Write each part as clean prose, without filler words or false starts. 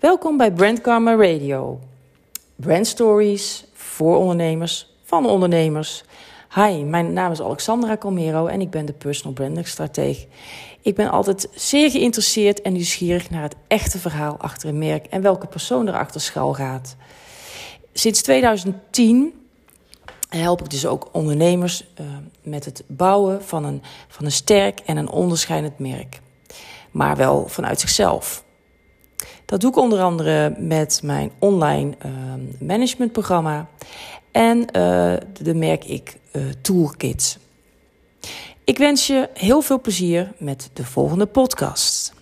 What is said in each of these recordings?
Welkom bij Brand Karma Radio. Brand stories voor ondernemers, van ondernemers. Hi, mijn naam is Alexandra Calmero en ik ben de Personal Branding Stratege. Ik ben altijd zeer geïnteresseerd en nieuwsgierig naar het echte verhaal achter een merk en welke persoon erachter schuil gaat. Sinds 2010 help ik dus ook ondernemers met het bouwen van een sterk en een onderscheidend merk. Maar wel vanuit zichzelf. Dat doe ik onder andere met mijn online managementprogramma en de merk ik Toolkit. Ik wens je heel veel plezier met de volgende podcast.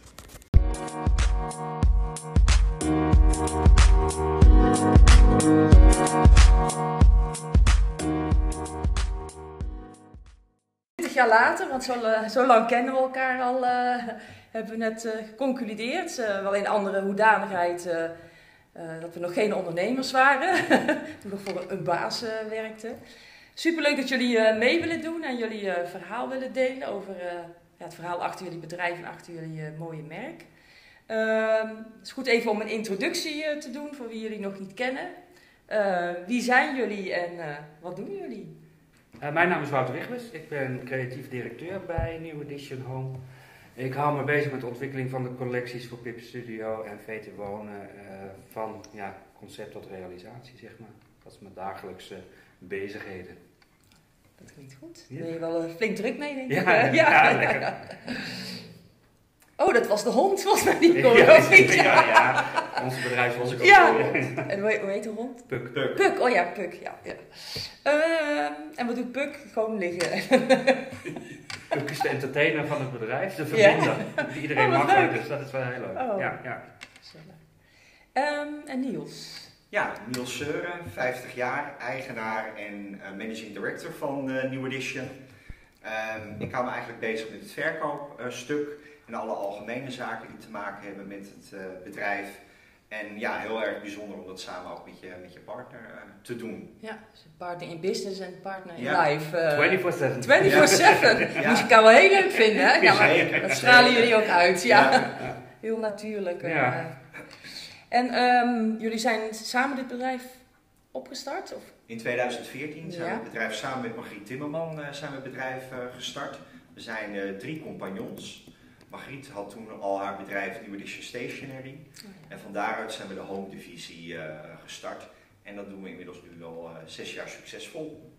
Jaar later, want zo lang kennen we elkaar al, hebben we net geconcludeerd, wel in andere hoedanigheid, dat we nog geen ondernemers waren, toen we nog voor een baas werkten. Superleuk dat jullie mee willen doen en jullie verhaal willen delen over het verhaal achter jullie bedrijf en achter jullie mooie merk. Het is goed even om een introductie te doen voor wie jullie nog niet kennen. Wie zijn jullie en wat doen jullie? Mijn naam is Wouter Wichmes, ik ben creatief directeur bij New Edition Home. Ik hou me bezig met de ontwikkeling van de collecties voor Pip Studio en VT Wonen, van concept tot realisatie, zeg maar. Dat is mijn dagelijkse bezigheden. Dat klinkt goed. Daar ben je wel flink druk mee, denk ik. Ja, lekker. Oh, dat was de hond, volgens mij niet kon. Ja, onze bedrijf was ik ook. Ja, en hoe heet de hond? Puk. Puk, oh ja, Puk, ja. En wat doet Puk? Gewoon liggen. Puk is de entertainer van het bedrijf, de verbinder. Die iedereen mag, dus dat is wel heel leuk. Oh. Ja. En Niels? Ja, Niels Seuren, 50 jaar, eigenaar en managing director van New Edition. Ik hou me eigenlijk bezig met het verkoopstuk en alle algemene zaken die te maken hebben met het bedrijf. En ja, heel erg bijzonder om dat samen ook met je partner te doen. Ja, dus een partner in business en partner in Ja. life. 24/7. 24/7. Ja. Moet je elkaar wel heel leuk vinden, hè? Ja, maar Zeker. dat stralen jullie ook uit, ja. Ja. Heel natuurlijk. Ja. En jullie zijn samen dit bedrijf opgestart? Of? In 2014 zijn we Ja. het bedrijf samen met Margriet Timmerman zijn we het bedrijf gestart. We zijn 3 compagnons. Margriet had toen al haar bedrijf New Edition Stationery. Oh, ja. En van daaruit zijn we de home divisie gestart. En dat doen we inmiddels nu al 6 jaar succesvol.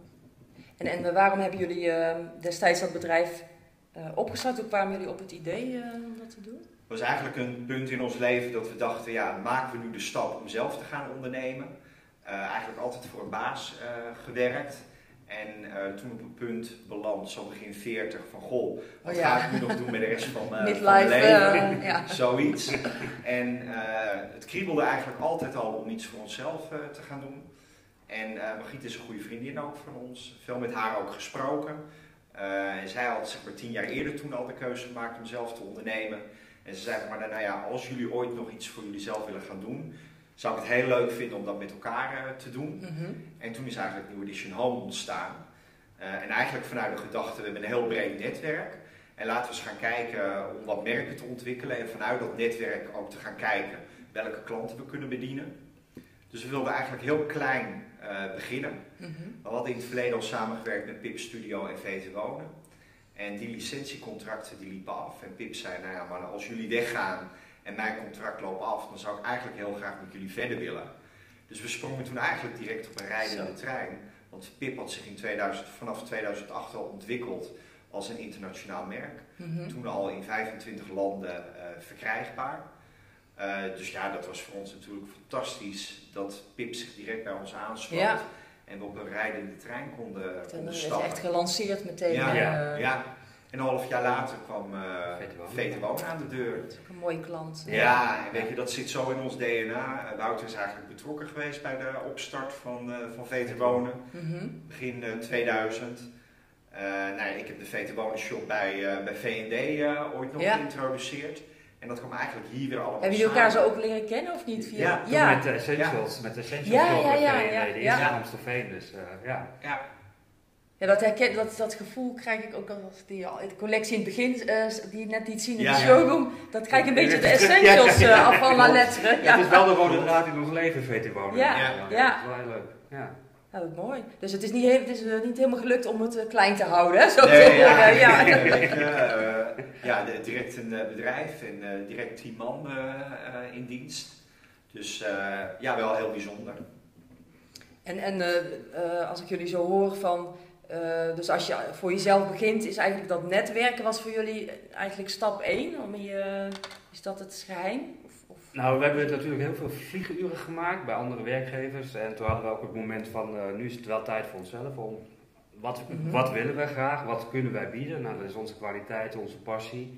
En waarom hebben jullie destijds dat bedrijf opgestart? Hoe kwamen jullie op het idee om dat te doen? Het was eigenlijk een punt in ons leven dat we dachten, maken we nu de stap om zelf te gaan ondernemen. Eigenlijk altijd voor een baas gewerkt. En toen op een punt beland, zo begin 40, van wat ga ik nu nog doen met de rest van mijn leven? Zoiets. En het kriebelde eigenlijk altijd al om iets voor onszelf te gaan doen. En Margriet is een goede vriendin ook van ons, veel met haar ook gesproken. En zij had zeg maar 10 jaar eerder toen al de keuze gemaakt om zelf te ondernemen. En ze zei als jullie ooit nog iets voor jullie zelf willen gaan doen, zou ik het heel leuk vinden om dat met elkaar te doen. Mm-hmm. En toen is eigenlijk New Edition Home ontstaan. En eigenlijk vanuit de gedachte, we hebben een heel breed netwerk. En laten we eens gaan kijken om wat merken te ontwikkelen. En vanuit dat netwerk ook te gaan kijken welke klanten we kunnen bedienen. Dus we wilden eigenlijk heel klein beginnen. Mm-hmm. We hadden in het verleden al samengewerkt met Pip Studio en VT Wonen. En die licentiecontracten die liepen af. En Pip zei, maar als jullie weggaan en mijn contract loopt af, dan zou ik eigenlijk heel graag met jullie verder willen. Dus we sprongen toen eigenlijk direct op een rijdende trein. Want Pip had zich vanaf 2008 al ontwikkeld als een internationaal merk. Mm-hmm. Toen al in 25 landen verkrijgbaar. Dus dat was voor ons natuurlijk fantastisch dat Pip zich direct bij ons aansloot. Ja. En we op een rijdende trein konden Dat is stappen. echt gelanceerd meteen. Ja. En een half jaar later kwam VT Wonen aan de deur. Dat is ook een mooie klant. Ja, en weet je, dat zit zo in ons DNA. Wouter is eigenlijk betrokken geweest bij de opstart van VT Wonen, begin 2000. Ik heb de VT Wonen shop bij V&D ooit nog geïntroduceerd. En dat kwam eigenlijk hier weer allemaal Hebben jullie elkaar zo ook leren kennen of niet? Met de Essentials, met de Essentials die is in Amstelveen, dus ja. Ja, dat gevoel krijg ik ook als de collectie in het begin, die je net liet zien in Ja, de ja. showroom. Dat krijg ik een beetje de essentials af van la lettre. Ja. Het is wel de rode draad in ons leven, VT Wonen. Ja. Dat is wel heel leuk. Ja. Ja, dat is mooi. Dus het is niet helemaal gelukt om het klein te houden, hè? Zo Nee, te horen. Ja, direct een bedrijf en direct 10 man in dienst. Dus ja, wel heel bijzonder. En als ik jullie zo hoor van, dus als je voor jezelf begint, is eigenlijk dat netwerken was voor jullie eigenlijk stap 1? Is dat het geheim? Of? Nou, we hebben natuurlijk heel veel vliegenuren gemaakt bij andere werkgevers. En toen hadden we ook het moment van, nu is het wel tijd voor onszelf. Wat willen wij graag? Wat kunnen wij bieden? Nou, dat is onze kwaliteit, onze passie.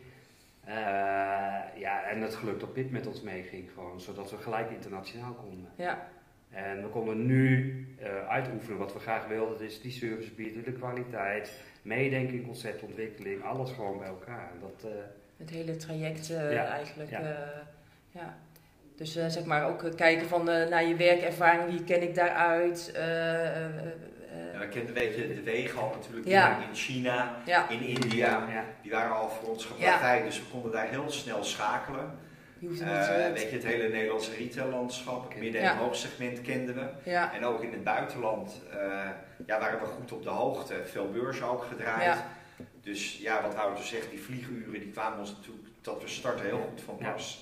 En het geluk dat Pip met ons meeging gewoon, zodat we gelijk internationaal konden. Ja. En we konden nu uitoefenen wat we graag wilden. Dat is die service bieden, de kwaliteit, meedenken in conceptontwikkeling, alles gewoon bij elkaar. Het hele traject Ja. eigenlijk. Ja. Ja. Dus zeg maar ook kijken van naar je werkervaring, wie ken ik daaruit? We kenden de wegen al natuurlijk Ja. in China, Ja. in India. Ja. Die waren al voor ons geplaatst, dus we konden daar heel snel schakelen. Je hoeft er niet, Het hele Nederlandse retaillandschap, het midden- en hoogsegment kenden we. Ja. En ook in het buitenland waren we goed op de hoogte, veel beurzen ook gedraaid. Ja. Dus ja, wat Wouter zegt, die vlieguren die kwamen ons natuurlijk dat we starten heel goed van pas.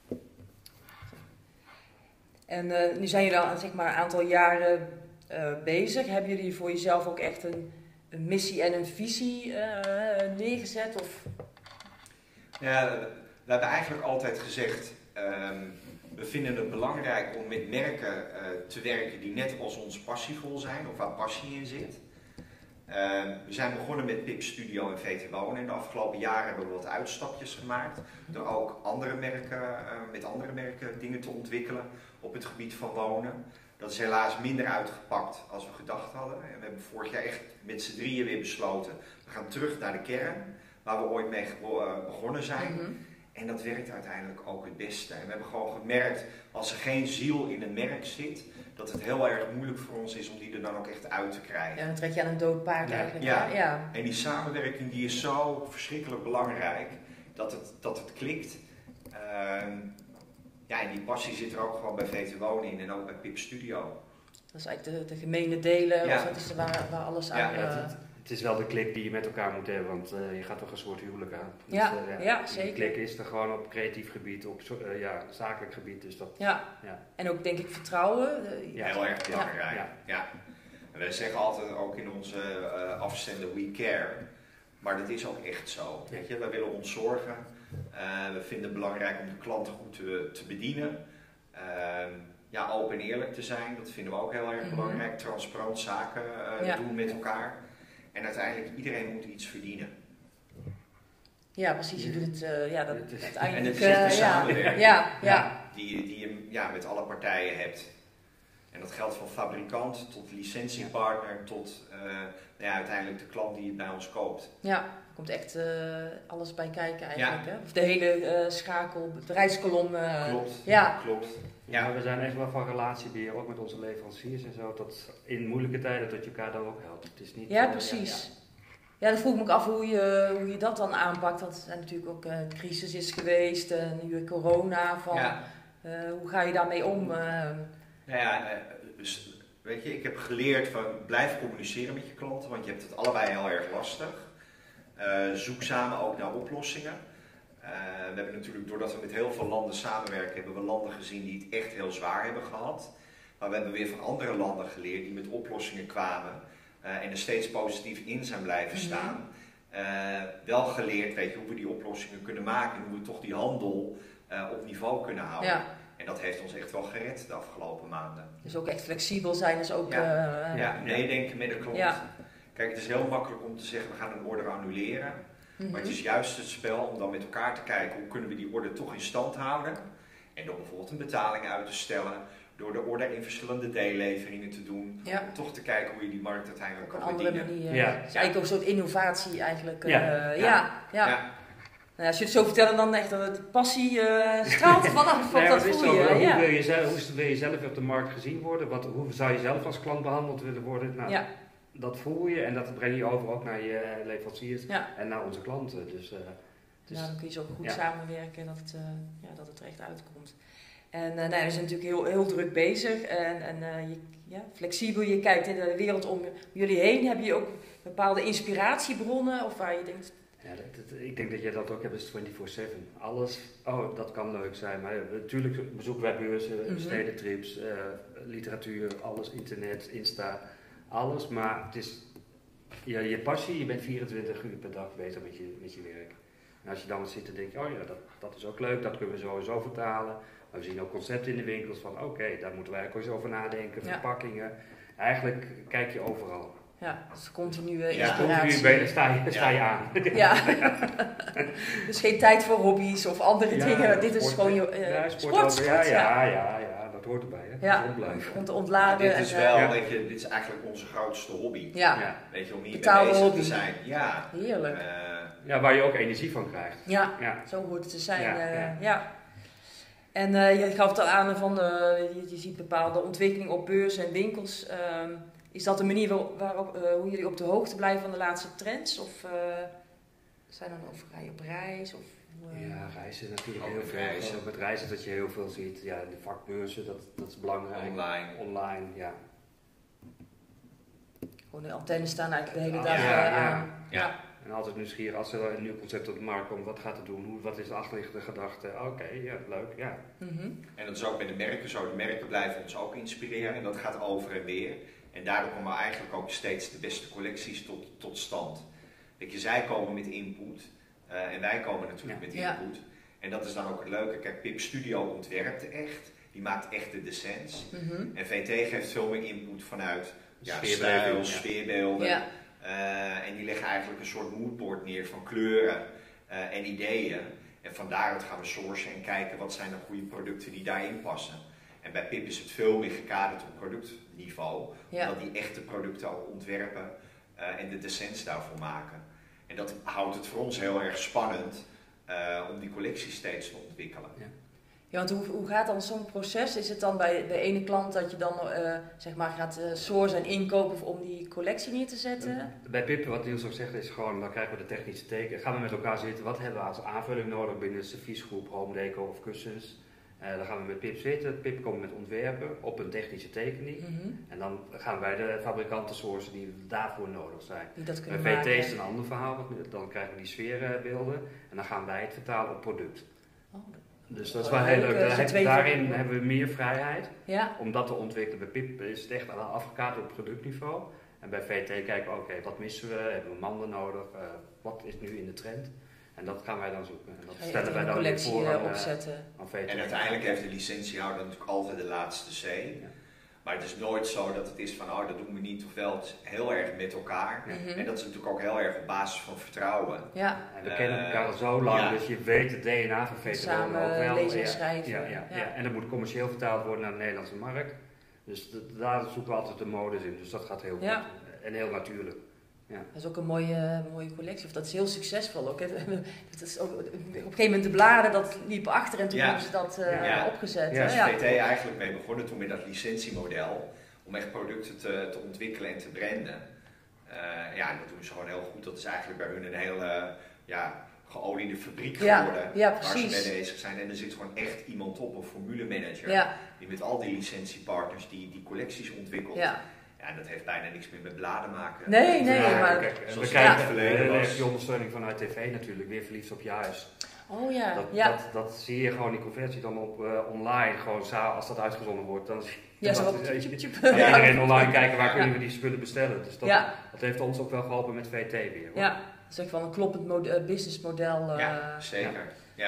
En nu zijn jullie al zeg maar een aantal jaren bezig. Hebben jullie voor jezelf ook echt een missie en een visie neergezet? Of? Ja, we hebben eigenlijk altijd gezegd, we vinden het belangrijk om met merken te werken die net als ons passievol zijn, of waar passie in zit. We zijn begonnen met Pip Studio en VT Wonen. In de afgelopen jaren hebben we wat uitstapjes gemaakt. Door ook met andere merken dingen te ontwikkelen op het gebied van wonen. Dat is helaas minder uitgepakt als we gedacht hadden. En we hebben vorig jaar echt met z'n drieën weer besloten. We gaan terug naar de kern, waar we ooit mee begonnen zijn. Mm-hmm. En dat werkt uiteindelijk ook het beste. En we hebben gewoon gemerkt, als er geen ziel in een merk zit, dat het heel erg moeilijk voor ons is om die er dan ook echt uit te krijgen. Ja, dan trek je aan een dood paard eigenlijk. Ja. Hè? Ja. En die samenwerking die is zo verschrikkelijk belangrijk, dat het klikt. En die passie zit er ook gewoon bij VT Wonen in en ook bij Pip Studio. Dat is eigenlijk de gemene delen, Ja. of dat is waar alles aan... Het is wel de klik die je met elkaar moet hebben, want je gaat toch een soort huwelijk aan. Dus, Ja, zeker. Die klik is er gewoon op creatief gebied, op zakelijk gebied. Dus dat, Ja. En ook denk ik vertrouwen. Heel erg belangrijk. Ja. En wij zeggen altijd ook in onze afzender we care, maar dat is ook echt zo. Weet je? Wij willen ons zorgen. We vinden het belangrijk om de klant goed te bedienen. Open en eerlijk te zijn, dat vinden we ook heel erg belangrijk. Transparant zaken doen met elkaar. En uiteindelijk, iedereen moet iets verdienen. Ja, precies. Je doet het uiteindelijk... En het is echt een samenwerking die je met alle partijen hebt. En dat geldt van fabrikant tot licentiepartner tot uiteindelijk de klant die het bij ons koopt. Ja, er komt echt alles bij kijken eigenlijk. Hè? Of de hele schakel, bedrijfskolom. Klopt. Ja. Klopt. Ja, we zijn echt wel van relatiebeheer, ook met onze leveranciers en zo. Dat in moeilijke tijden dat je elkaar dan ook helpt. Het is niet, Ja, precies. Ja, dan vroeg ik me ook af hoe je dat dan aanpakt. Want er zijn natuurlijk ook een crisis is geweest, nu corona. Hoe ga je daarmee om? Dus weet je, ik heb geleerd van blijf communiceren met je klanten, want je hebt het allebei heel erg lastig. Zoek samen ook naar oplossingen. We hebben natuurlijk, doordat we met heel veel landen samenwerken, hebben we landen gezien die het echt heel zwaar hebben gehad. Maar we hebben weer van andere landen geleerd die met oplossingen kwamen en er steeds positief in zijn blijven staan. Wel geleerd, weet je, hoe we die oplossingen kunnen maken en hoe we toch die handel op niveau kunnen houden. Ja. En dat heeft ons echt wel gered de afgelopen maanden. Dus ook echt flexibel zijn is ook... meedenken met de klant. Ja. Kijk, het is heel makkelijk om te zeggen we gaan een order annuleren. Maar het is juist het spel om dan met elkaar te kijken hoe kunnen we die order toch in stand houden. En door bijvoorbeeld een betaling uit te stellen, door de order in verschillende deelleveringen te doen. Ja. Om toch te kijken hoe je die markt uiteindelijk Op een kan andere bedienen. manier. Ja. Het is eigenlijk ook een soort innovatie eigenlijk. Ja. Nou, als je het zo vertelt, dan echt de passie straalt er vanaf. Dat voel je. Hoe wil je zelf op de markt gezien worden? Hoe zou je zelf als klant behandeld willen worden? Nou, dat voel je en dat breng je over ook naar je leveranciers en naar onze klanten. Dus dan kun je zo goed samenwerken dat het er echt uitkomt. En we zijn natuurlijk heel, heel druk bezig en flexibel. Je kijkt in de wereld om jullie heen. Heb je ook bepaalde inspiratiebronnen of waar je denkt... Ja, ik denk dat jij dat ook hebt, is 24/7. Alles, dat kan leuk zijn. Maar natuurlijk bezoeken wij beurzen, stedentrips, literatuur, alles, internet, Insta, alles. Maar het is je passie, je bent 24 uur per dag bezig met je werk. En als je dan zit, dan denk je, dat is ook leuk, dat kunnen we sowieso vertalen. Maar we zien ook concepten in de winkels van, daar moeten wij ook eens over nadenken, verpakkingen. Eigenlijk kijk je overal. Ja, dus continue inspiratie. Continu sta je aan. Ja. Dus geen tijd voor hobby's of andere dingen. Dit is gewoon je sport. Ja, dat hoort erbij. Hè? Ja, om te ontladen. Dit is wel, dit is eigenlijk onze grootste hobby. Ja. Weet je, om hier betaalde bezig hobby te zijn. Ja. Heerlijk. Waar je ook energie van krijgt. Ja, zo hoort het te zijn. Ja. En je gaf het al aan van, je ziet bepaalde ontwikkelingen op beurzen en winkels. Is dat de manier hoe jullie op de hoogte blijven van de laatste trends? Of zijn er nog op reis? Of, Ja, reizen natuurlijk heel veel. Met reizen dat je heel veel ziet. Ja, de vakbeurzen, dat is belangrijk. Online, ja. Gewoon de antennes staan eigenlijk de hele dag aan. Ja. En altijd nieuwsgierig, als er een nieuw concept op de markt komt, wat gaat het doen? Wat is de achterliggende gedachte? Leuk, ja. En dat is ook met de merken zo. De merken blijven ons ook inspireren en dat gaat over en weer. En daardoor komen eigenlijk ook steeds de beste collecties tot stand. Weet je, zij komen met input en wij komen natuurlijk met input. En dat is dan ook het leuke. Kijk, Pip Studio ontwerpt echt. Die maakt echt de descens. En VT geeft veel meer input vanuit stijl, sfeerbeelden. Ja. En die leggen eigenlijk een soort moodboard neer van kleuren en ideeën. En van daaruit gaan we sourcen en kijken wat zijn de goede producten die daarin passen. En bij Pip is het veel meer gekaderd op productniveau. Omdat die echte producten ook ontwerpen en de descens daarvoor maken. En dat houdt het voor ons heel erg spannend om die collectie steeds te ontwikkelen. Ja, want hoe gaat dan zo'n proces? Is het dan bij de ene klant dat je dan gaat sourcen en inkopen om die collectie neer te zetten? Bij Pip, wat Niels ook zegt, is gewoon, dan krijgen we de technische teken. Gaan we met elkaar zitten, wat hebben we als aanvulling nodig binnen de serviesgroep, home deco of kussens? Dan gaan we met Pip zitten. Pip komt met ontwerpen op een technische tekening. En dan gaan wij de fabrikanten sourcen die daarvoor nodig zijn. Bij VT is het een ander verhaal. Dan krijgen we die sfeerbeelden. En dan gaan wij het vertalen op product. Dus dat is wel heel leuk. Daarin hebben we meer vrijheid om dat te ontwikkelen. Bij Pip is het echt afgekaderd op productniveau. En bij VT kijken we, wat missen we? Hebben we manden nodig? Wat is nu in de trend? En dat gaan wij dan zoeken. En dat stellen wij dan weer voor opzetten. En uiteindelijk heeft de licentiehouder natuurlijk altijd de laatste C. Ja. Maar het is nooit zo dat het is van, dat doen we niet of wel. Het is heel erg met elkaar. En dat is natuurlijk ook heel erg op basis van vertrouwen. Ja. En we kennen elkaar al zo lang, dus je weet het DNA van VT samen ook wel. Lezen en schrijven. Ja. En dat moet commercieel vertaald worden naar de Nederlandse markt. Dus daar zoeken we altijd de modus in. Dus dat gaat heel goed. En heel natuurlijk. Ja. Dat is ook een mooie collectie, of dat is heel succesvol ook. Dat is ook, op een gegeven moment de bladen, dat liep achter en toen hebben ze dat opgezet. Ja, is VT eigenlijk mee begonnen toen met dat licentiemodel, om echt producten te ontwikkelen en te branden. Dat doen ze gewoon heel goed. Dat is eigenlijk bij hun een hele geoliede fabriek geworden, waar ze mee bezig zijn. En er zit gewoon echt iemand op, een formulemanager, die met al die licentiepartners die collecties ontwikkelt. Ja, dat heeft bijna niks meer met bladen maken. Nee, maar... We krijgen die ondersteuning vanuit tv natuurlijk, weer verliefd op je huis. Oh ja. Dat zie je gewoon, die conversie dan op online, gewoon als dat uitgezonden wordt. Dan iedereen online kijken waar kunnen we die spullen bestellen. Dus dat heeft ons ook wel geholpen met VT weer. Hoor. Ja, dat is echt wel een kloppend businessmodel. Ja, zeker. Ja.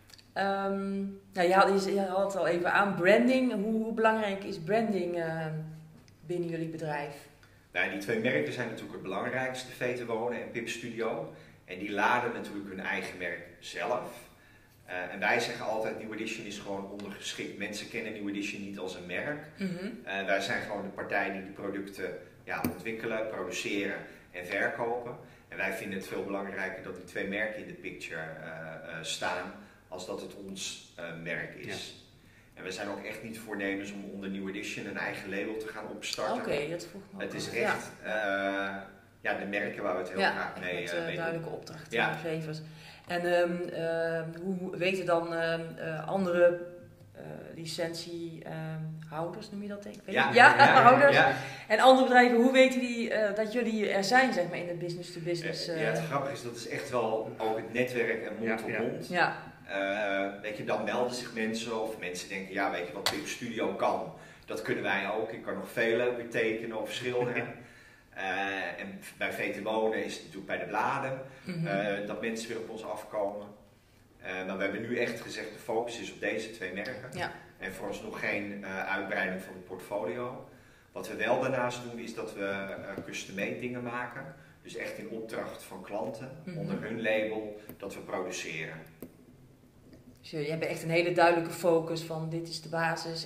Je had het al even aan, branding. Hoe belangrijk is branding binnen jullie bedrijf? Nou, die twee merken zijn natuurlijk het belangrijkste, VT Wonen en Pip Studio. En die laden natuurlijk hun eigen merk zelf. En wij zeggen altijd, New Edition is gewoon ondergeschikt. Mensen kennen New Edition niet als een merk. Wij zijn gewoon de partij die de producten ontwikkelen, produceren en verkopen. En wij vinden het veel belangrijker dat die twee merken in de picture staan, als dat het ons merk is. En we zijn ook echt niet voornemens om onder New Edition een eigen label te gaan opstarten. Oké, dat vroeg me ook. Het is echt de merken waar we het heel graag mee met doen. duidelijke opdrachtgevers. En hoe weten dan andere licentiehouders, noem je dat denk ik? Houders. Ja. En andere bedrijven, hoe weten die dat jullie er zijn, zeg maar, in de business-to-business? Het grappige is, dat is echt wel ook het netwerk en mond tot mond. Ja. Weet je, dan melden zich mensen of mensen denken, weet je wat Pip Studio kan, dat kunnen wij ook. Ik kan nog veel weer tekenen of schilderen. En bij VT Wonen is het natuurlijk bij de bladen dat mensen weer op ons afkomen. Maar we hebben nu echt gezegd, de focus is op deze 2 merken. Ja. En voor ons nog geen uitbreiding van het portfolio. Wat we wel daarnaast doen, is dat we custom-made dingen maken. Dus echt in opdracht van klanten, onder hun label, dat we produceren. Dus jullie hebben echt een hele duidelijke focus van dit is de basis.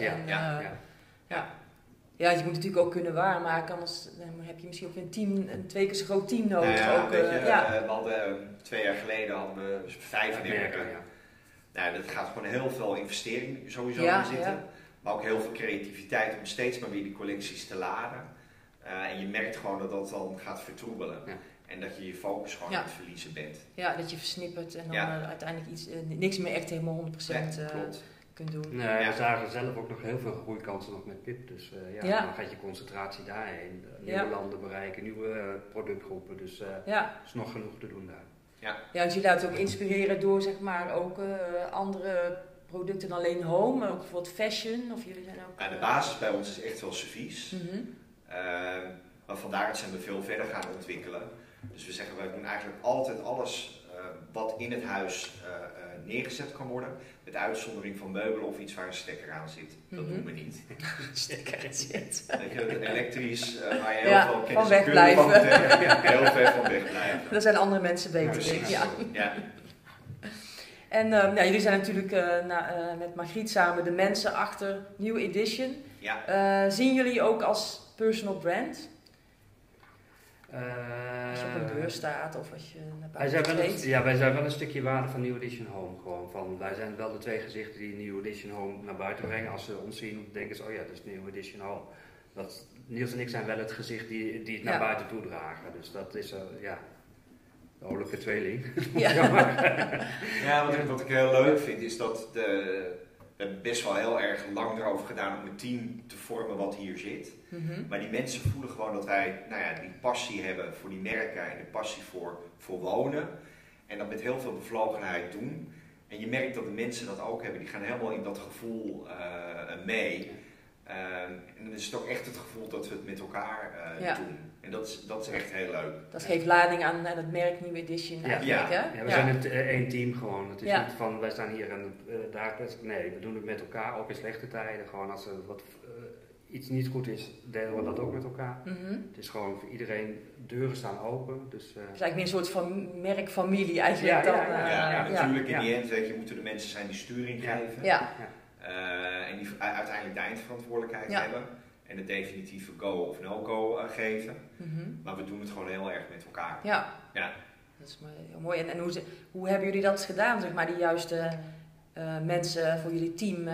Ja, je moet natuurlijk ook kunnen waarmaken, anders heb je misschien ook een team, een 2 keer zo groot team nodig. We hadden 2 jaar geleden 5 merken. Nou, dat gaat gewoon heel veel investering sowieso in zitten. Maar ook heel veel creativiteit om steeds maar weer die collecties te laden. En je merkt gewoon dat dat dan gaat vertroebelen. Ja. En dat je je focus gewoon aan het verliezen bent. Ja, dat je versnippert en dan uiteindelijk niks meer echt helemaal 100% kunt doen. Nee, we zagen zelf ook nog heel veel groeikansen nog met Pip. Dus dan gaat je concentratie daarheen. Nieuwe landen bereiken, nieuwe productgroepen. Dus er is nog genoeg te doen daar. Ja, want jullie laten ook inspireren door zeg maar ook andere producten dan alleen home, maar ook bijvoorbeeld fashion. Of jullie zijn ook, de basis bij ons is echt wel servies. Maar van daaruit zijn we veel verder gaan ontwikkelen. Dus we zeggen, wij doen eigenlijk altijd alles wat in het huis neergezet kan worden. Met uitzondering van meubelen of iets waar een stekker aan zit. Dat doen we niet. Stekker zit. Elektrisch, waar je heel veel kennis van wegblijven. Heel ver van wegblijven. Daar zijn andere mensen beter, denk ik. Ja. En jullie zijn natuurlijk met Margriet samen de mensen achter New Edition. Ja. Zien jullie ook als personal brand? Als je op een beurs staat of als je naar buiten treedt. Wij zijn wel een stukje waarde van New Edition Home. Gewoon wij zijn wel de 2 gezichten die New Edition Home naar buiten brengen. Als ze ons zien, denken ze, dat is New Edition Home. Niels en ik zijn wel het gezicht die het naar buiten toe dragen. Dus dat is de oorlijke tweeling. Wat ik heel leuk vind is dat we hebben best wel heel erg lang erover gedaan om een team te vormen wat hier zit. Maar die mensen voelen gewoon dat wij die passie hebben voor die merken en de passie voor wonen. En dat met heel veel bevlogenheid doen. En je merkt dat de mensen dat ook hebben. Die gaan helemaal in dat gevoel mee. En dan is het ook echt het gevoel dat we het met elkaar doen. En dat is echt heel leuk. Dat geeft lading aan het merk New Edition eigenlijk, hè? Ja, we zijn één team gewoon. Het is niet van, wij staan hier en daar. Nee, we doen het met elkaar, ook in slechte tijden. Gewoon als er iets niet goed is, delen we dat ook met elkaar. Het is gewoon voor iedereen, deuren staan open. Dus, het is eigenlijk meer een soort van merkfamilie eigenlijk dan. Natuurlijk in die end, weet je, moeten de mensen zijn die sturing geven. En die uiteindelijk de eindverantwoordelijkheid hebben. En het definitieve go of no-go geven. Maar we doen het gewoon heel erg met elkaar. Ja. Dat is mooi. En hoe hebben jullie dat gedaan, zeg maar, die juiste mensen voor jullie team?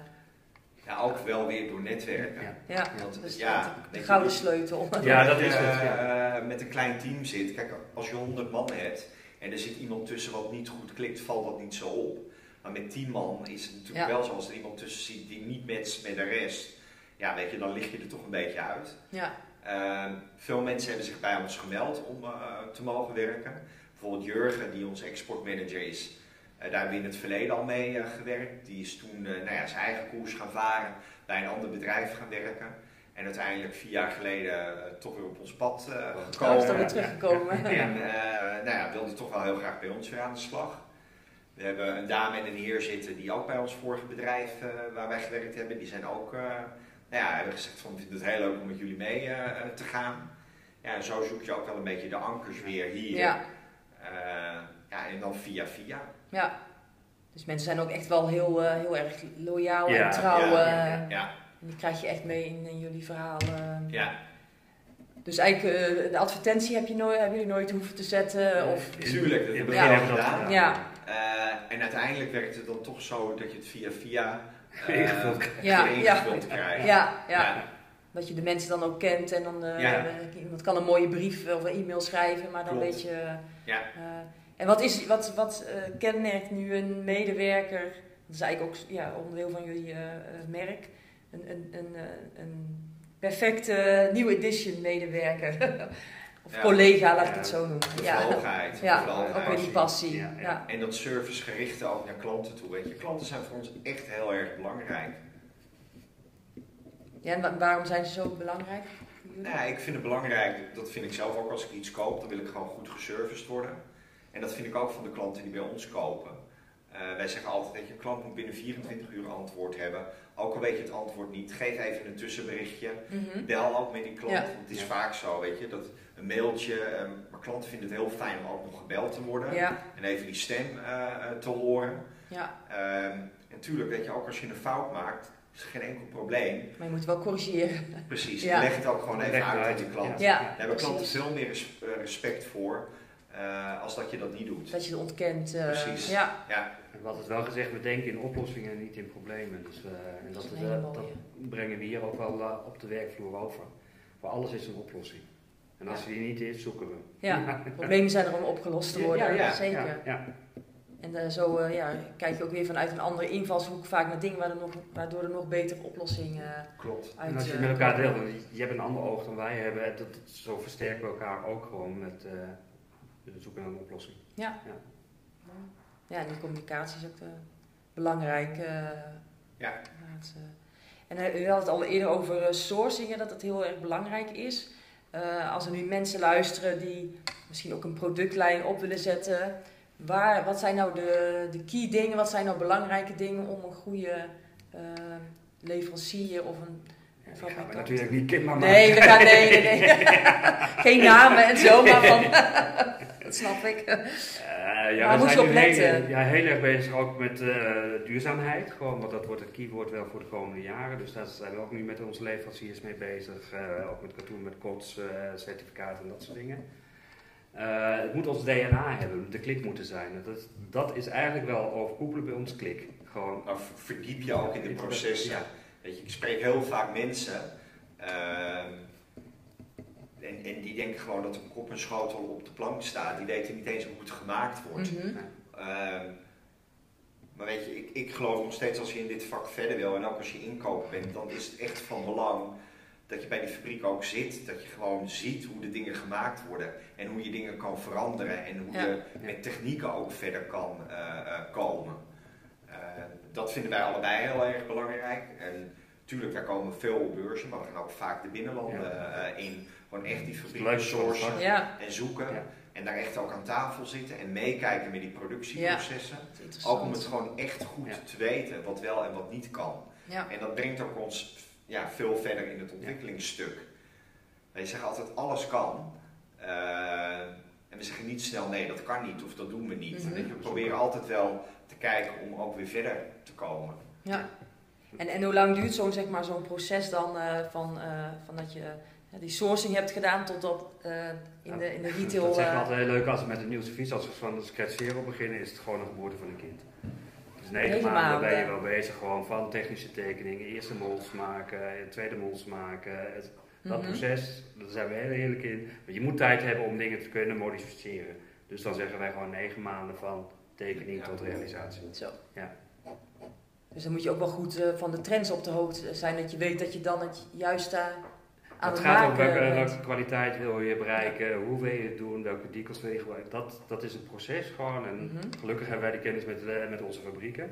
Ook wel weer door netwerken. Dus de gouden sleutel. Ja, dat is het. Met een klein team zit. Kijk, als je 100 man hebt en er zit iemand tussen wat niet goed klikt, valt dat niet zo op. Maar met 10 man is het natuurlijk wel zo, als er iemand tussen zit die niet matcht met de rest. Ja, weet je, dan lig je er toch een beetje uit. Veel mensen hebben zich bij ons gemeld om te mogen werken. Bijvoorbeeld Jurgen, die onze exportmanager is. Daar hebben we in het verleden al mee gewerkt. Die is toen zijn eigen koers gaan varen, bij een ander bedrijf gaan werken. En uiteindelijk 4 jaar geleden toch weer op ons pad gekomen. Is dan weer teruggekomen. En wilde toch wel heel graag bij ons weer aan de slag. We hebben een dame en een heer zitten die ook bij ons vorige bedrijf waar wij gewerkt hebben. Die zijn ook, hebben gezegd van, we vinden het heel leuk om met jullie mee te gaan. Ja, en zo zoek je ook wel een beetje de ankers weer hier. En dan via. Ja, dus mensen zijn ook echt wel heel erg loyaal en trouw. En die krijg je echt mee in jullie verhalen. Dus eigenlijk de advertentie hebben jullie nooit hoeven te zetten? Tuurlijk, dat hebben we gedaan. En uiteindelijk werkt het dan toch zo dat je het via ingevuld te krijgen. Ja. Dat je de mensen dan ook kent en dan iemand kan een mooie brief of een e-mail schrijven, maar dan weet je. En wat kenmerkt nu een medewerker? Dat is eigenlijk ook onderdeel van jullie merk. Een perfecte New Edition medewerker. Of collega, laat ik het zo noemen. Bevlogenheid. Ook weer die passie. Ja. En dat servicegerichte ook naar klanten toe. Weet je. Klanten zijn voor ons echt heel erg belangrijk. Ja, en waarom zijn ze zo belangrijk? Nou, ik vind het belangrijk, dat vind ik zelf ook als ik iets koop, dan wil ik gewoon goed geserviced worden. En dat vind ik ook van de klanten die bij ons kopen. Wij zeggen altijd dat je een klant moet binnen 24 uur antwoord hebben. Ook al weet je het antwoord niet, geef even een tussenberichtje. Bel ook met die klant, want het is vaak zo, weet je, dat een mailtje. Maar klanten vinden het heel fijn om ook nog gebeld te worden en even die stem te horen. En natuurlijk, weet je, ook als je een fout maakt, is er geen enkel probleem. Maar je moet wel corrigeren. Precies, leg het ook gewoon even uit aan die klant. Daar hebben klanten veel meer respect voor als dat je dat niet doet. Dat je het ontkent. Precies. We hebben altijd wel gezegd, we denken in oplossingen en niet in problemen. Dus, dat brengen we hier ook wel op de werkvloer over. Voor alles is een oplossing. En als die niet is, zoeken we. Ja, problemen zijn er om opgelost te worden. Zeker. En zo kijk je ook weer vanuit een andere invalshoek vaak naar dingen waardoor er nog betere oplossingen uit. En als je met elkaar deelt, je hebt een ander oog dan wij hebben, zo versterken we elkaar ook gewoon met zoeken naar een oplossing. Ja, en die communicatie is ook belangrijk. En u had het al eerder over sourcingen, dat het heel erg belangrijk is. Als er nu mensen luisteren die misschien ook een productlijn op willen zetten. Wat zijn nou de key dingen, wat zijn nou belangrijke dingen om een goede leverancier of een fabrikant? Gaan we natuurlijk niet kenbaar maken. Nee, geen namen en zo, maar van... dat snap ik. We moet je op letten? Heel erg bezig ook met duurzaamheid, gewoon, want dat wordt het keyword wel voor de komende jaren. Dus daar zijn we ook nu met onze leveranciers mee bezig, ook met katoen, met COTS, certificaten en dat soort dingen. Het moet ons DNA hebben, de klik moeten zijn. Dat is eigenlijk wel overkoepelen bij ons klik. Gewoon. Maar verdiep je ook in de processen. Weet je, ik spreek heel vaak mensen en die denken gewoon dat een kop en schotel op de plank staat. Die weten niet eens hoe het gemaakt wordt. Maar weet je, ik geloof nog steeds als je in dit vak verder wil en ook als je inkoper bent, dan is het echt van belang dat je bij die fabriek ook zit, dat je gewoon ziet hoe de dingen gemaakt worden en hoe je dingen kan veranderen en hoe je met technieken ook verder kan komen. Dat vinden wij allebei heel erg belangrijk. En natuurlijk, wij komen veel op beurzen, maar we gaan ook vaak de binnenlanden in. Gewoon echt die fabrieken sourcen en zoeken. En daar echt ook aan tafel zitten en meekijken met die productieprocessen. Ook om het gewoon echt goed te weten wat wel en wat niet kan. En dat brengt ook ons veel verder in het ontwikkelingsstuk. Wij zeggen altijd alles kan. En we zeggen niet snel nee, dat kan niet of dat doen we niet. We proberen altijd wel te kijken om ook weer verder te komen. Ja. En hoe lang duurt zo'n proces dan van dat je die sourcing hebt gedaan tot dat in de retail... Dat zeggen we altijd heel leuk als we met een nieuw servies, als we van de scratch zero beginnen, is het gewoon een geboorte van een kind. Dus 9 maanden ben je wel bezig gewoon van technische tekeningen, eerste molds maken, tweede molds maken. Dat proces, daar zijn we heel eerlijk in. Maar je moet tijd hebben om dingen te kunnen modificeren. Dus dan zeggen wij gewoon 9 maanden van tekening tot realisatie. Zo. Dus dan moet je ook wel goed van de trends op de hoogte zijn, dat je weet dat je dan het juiste aan het gaat maken ook welke kwaliteit wil je bereiken, hoe wil je het doen, welke decals wil je gebruiken. Dat is het proces gewoon. En gelukkig hebben wij de kennis met onze fabrieken.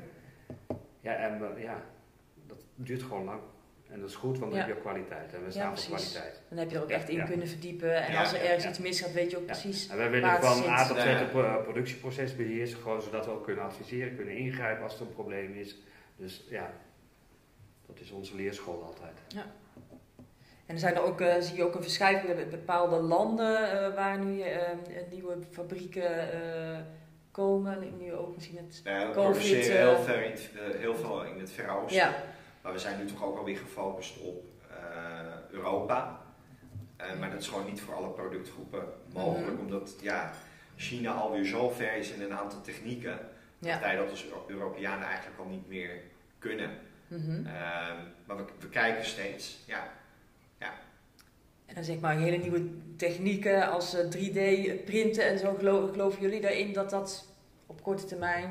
Dat duurt gewoon lang. En dat is goed, want dan heb je ook kwaliteit. En we staan voor kwaliteit. Dan heb je er ook echt in kunnen verdiepen. En als er ergens iets misgaat, weet je ook precies. En wij willen van A tot Z het productieproces beheersen, gewoon zodat we ook kunnen adviseren, kunnen ingrijpen als er een probleem is. Dus dat is onze leerschool altijd. Ja. En er zijn er ook, zie je ook een verschuiving in bepaalde landen waar nu nieuwe fabrieken komen. Nu ook misschien het we produceren heel veel in het Verre Oosten. Maar we zijn nu toch ook alweer gefocust op Europa. Maar dat is gewoon niet voor alle productgroepen mogelijk. Omdat China alweer zo ver is in een aantal technieken. Dat wij dat als Europeanen eigenlijk al niet meer kunnen. Maar we kijken steeds, ja. En dan zeg maar hele nieuwe technieken als 3D printen en zo. Geloven jullie daarin dat dat op korte termijn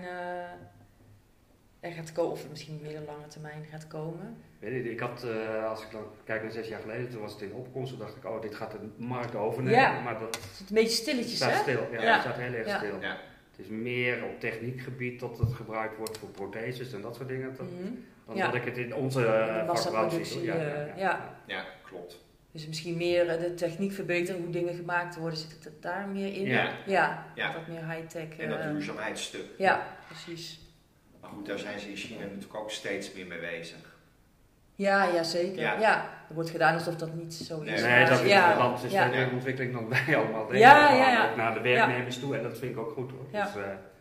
er gaat komen? Of misschien middellange termijn gaat komen? Weet je, als ik dan kijk naar 6 jaar geleden, toen was het in opkomst. Toen dacht ik, oh, dit gaat de markt overnemen. Ja. Maar dat Het is een beetje stilletjes, staat hè? stil. Ja, Ja. het staat heel erg stil. Ja. Het is meer op techniekgebied dat het gebruikt wordt voor protheses en dat soort dingen. Dan Ja. dat ik het in onze De vakbranche massaproductie. zie. Ja, klopt. Dus misschien meer de techniek verbeteren, hoe dingen gemaakt worden, zit het daar meer in? Ja. Ja. Ja. Dat meer high-tech. En dat duurzaamheidsstuk. Ja, precies. Maar goed, daar zijn ze in China natuurlijk ook steeds meer mee bezig. Ja, zeker. Ja. Ja. Er wordt gedaan alsof dat niet zo is. Nee, Nee, dat is ja. een land is Ja. verder in ontwikkeling dan wij allemaal denken. Ja, Gewoon ja, ja. ook naar de werknemers toe en dat vind ik ook goed hoor. Ja. Dus,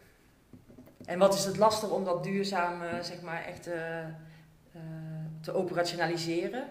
En wat is het lastig om dat duurzaam, zeg maar, echt te operationaliseren?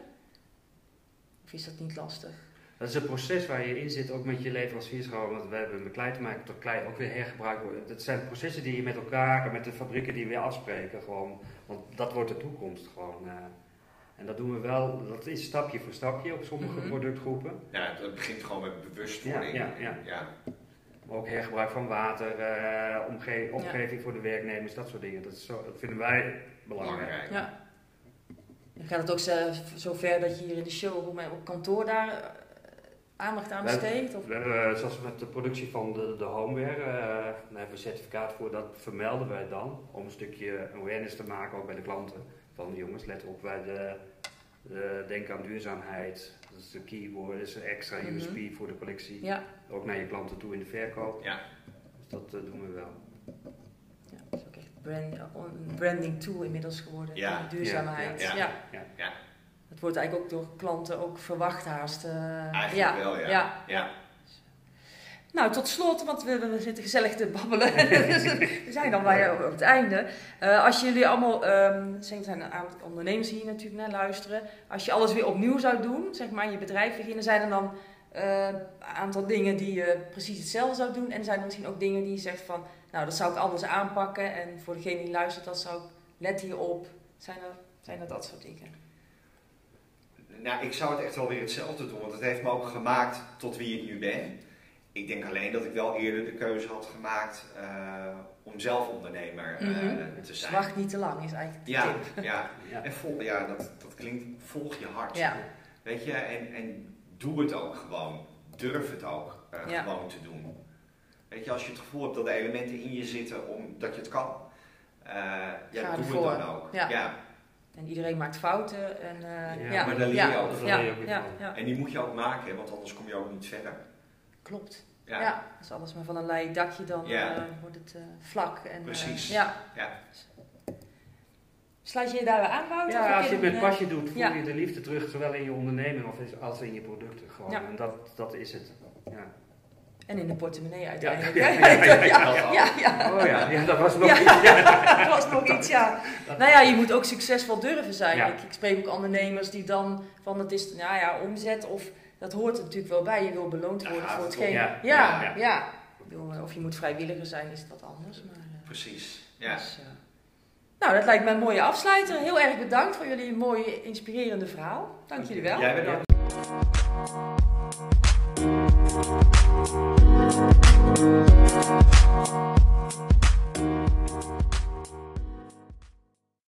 Of is dat niet lastig? dat is een proces waar je in zit, ook met je leveranciers gewoon. Want we hebben met klei te maken tot klei ook weer hergebruikt wordt. Dat zijn processen die je met elkaar en met de fabrieken die weer afspreken gewoon. Want dat wordt de toekomst gewoon. En dat doen we wel, dat is stapje voor stapje op sommige productgroepen. Ja, dat begint gewoon met bewustwording. Ja. Maar ook hergebruik van water, omgeving voor de werknemers, dat soort dingen. Dat vinden wij belangrijk. Ja. Dan gaat het ook zo ver dat je hier in de showroom en op kantoor daar aandacht aan besteedt? Of? We hebben, zoals met de productie van de homeware, daar hebben we een certificaat voor, dat vermelden wij dan. Om een stukje awareness te maken, ook bij de klanten. Van jongens, let op bij denken aan duurzaamheid. Dat is de keyword, dat is een extra USP voor de collectie. Ja. Ook naar je klanten toe in de verkoop. Ja. Dus dat doen we wel. Ja, dat is ook echt een branding tool inmiddels geworden. Ja. Duurzaamheid. Ja. Het wordt eigenlijk ook door klanten ook verwacht haast. Eigenlijk wel, ja. Nou, tot slot, want we zitten gezellig te babbelen. Dus we zijn dan bij op het einde. Als jullie allemaal, er zijn een aantal ondernemers hier natuurlijk naar luisteren. Als je alles weer opnieuw zou doen, zeg maar in je bedrijf beginnen, zijn er dan een aantal dingen die je precies hetzelfde zou doen. En zijn er misschien ook dingen die je zegt van, nou dat zou ik anders aanpakken. En voor degene die luistert, dat zou ik, let hierop. Zijn er dat soort dingen? Nou, ik zou het echt wel weer hetzelfde doen, want het heeft me ook gemaakt tot wie ik nu ben. Ik denk alleen dat ik wel eerder de keuze had gemaakt om zelf ondernemer te zijn. Wacht niet te lang is eigenlijk de tip. Ja. En dat klinkt, volg je hart. Ja. Weet je, en doe het ook gewoon. Durf het ook gewoon te doen. Weet je, als je het gevoel hebt dat de elementen in je zitten omdat je het kan, doe het dan ook. Ja. En iedereen maakt fouten. En, maar daar leer je ook van. Ja. En die moet je ook maken, want anders kom je ook niet verder. Klopt. Ja. Ja, als alles maar van een leien dakje, dan wordt het vlak. En, precies. Ja. Sluit je je daar weer aan, Wouter? Ja, als je het met passie doet, voel je de liefde terug, zowel in je onderneming als in je producten. Gewoon. Ja. En dat is het. Ja. En in de portemonnee uiteindelijk. Ja, dat was nog iets. Dat was nog iets, ja. Nou ja, je moet ook succesvol durven zijn. Ja. Ik spreek ook ondernemers die dan van het is omzet of dat hoort er natuurlijk wel bij. Je wil beloond worden voor hetgeen. Ja. Of je moet vrijwilliger zijn, is dat anders. Maar, precies. Ja. Dus, nou, dat lijkt me een mooie afsluiter. Heel erg bedankt voor jullie mooie, inspirerende verhaal. Dank jullie wel. Jij bedankt. Ja.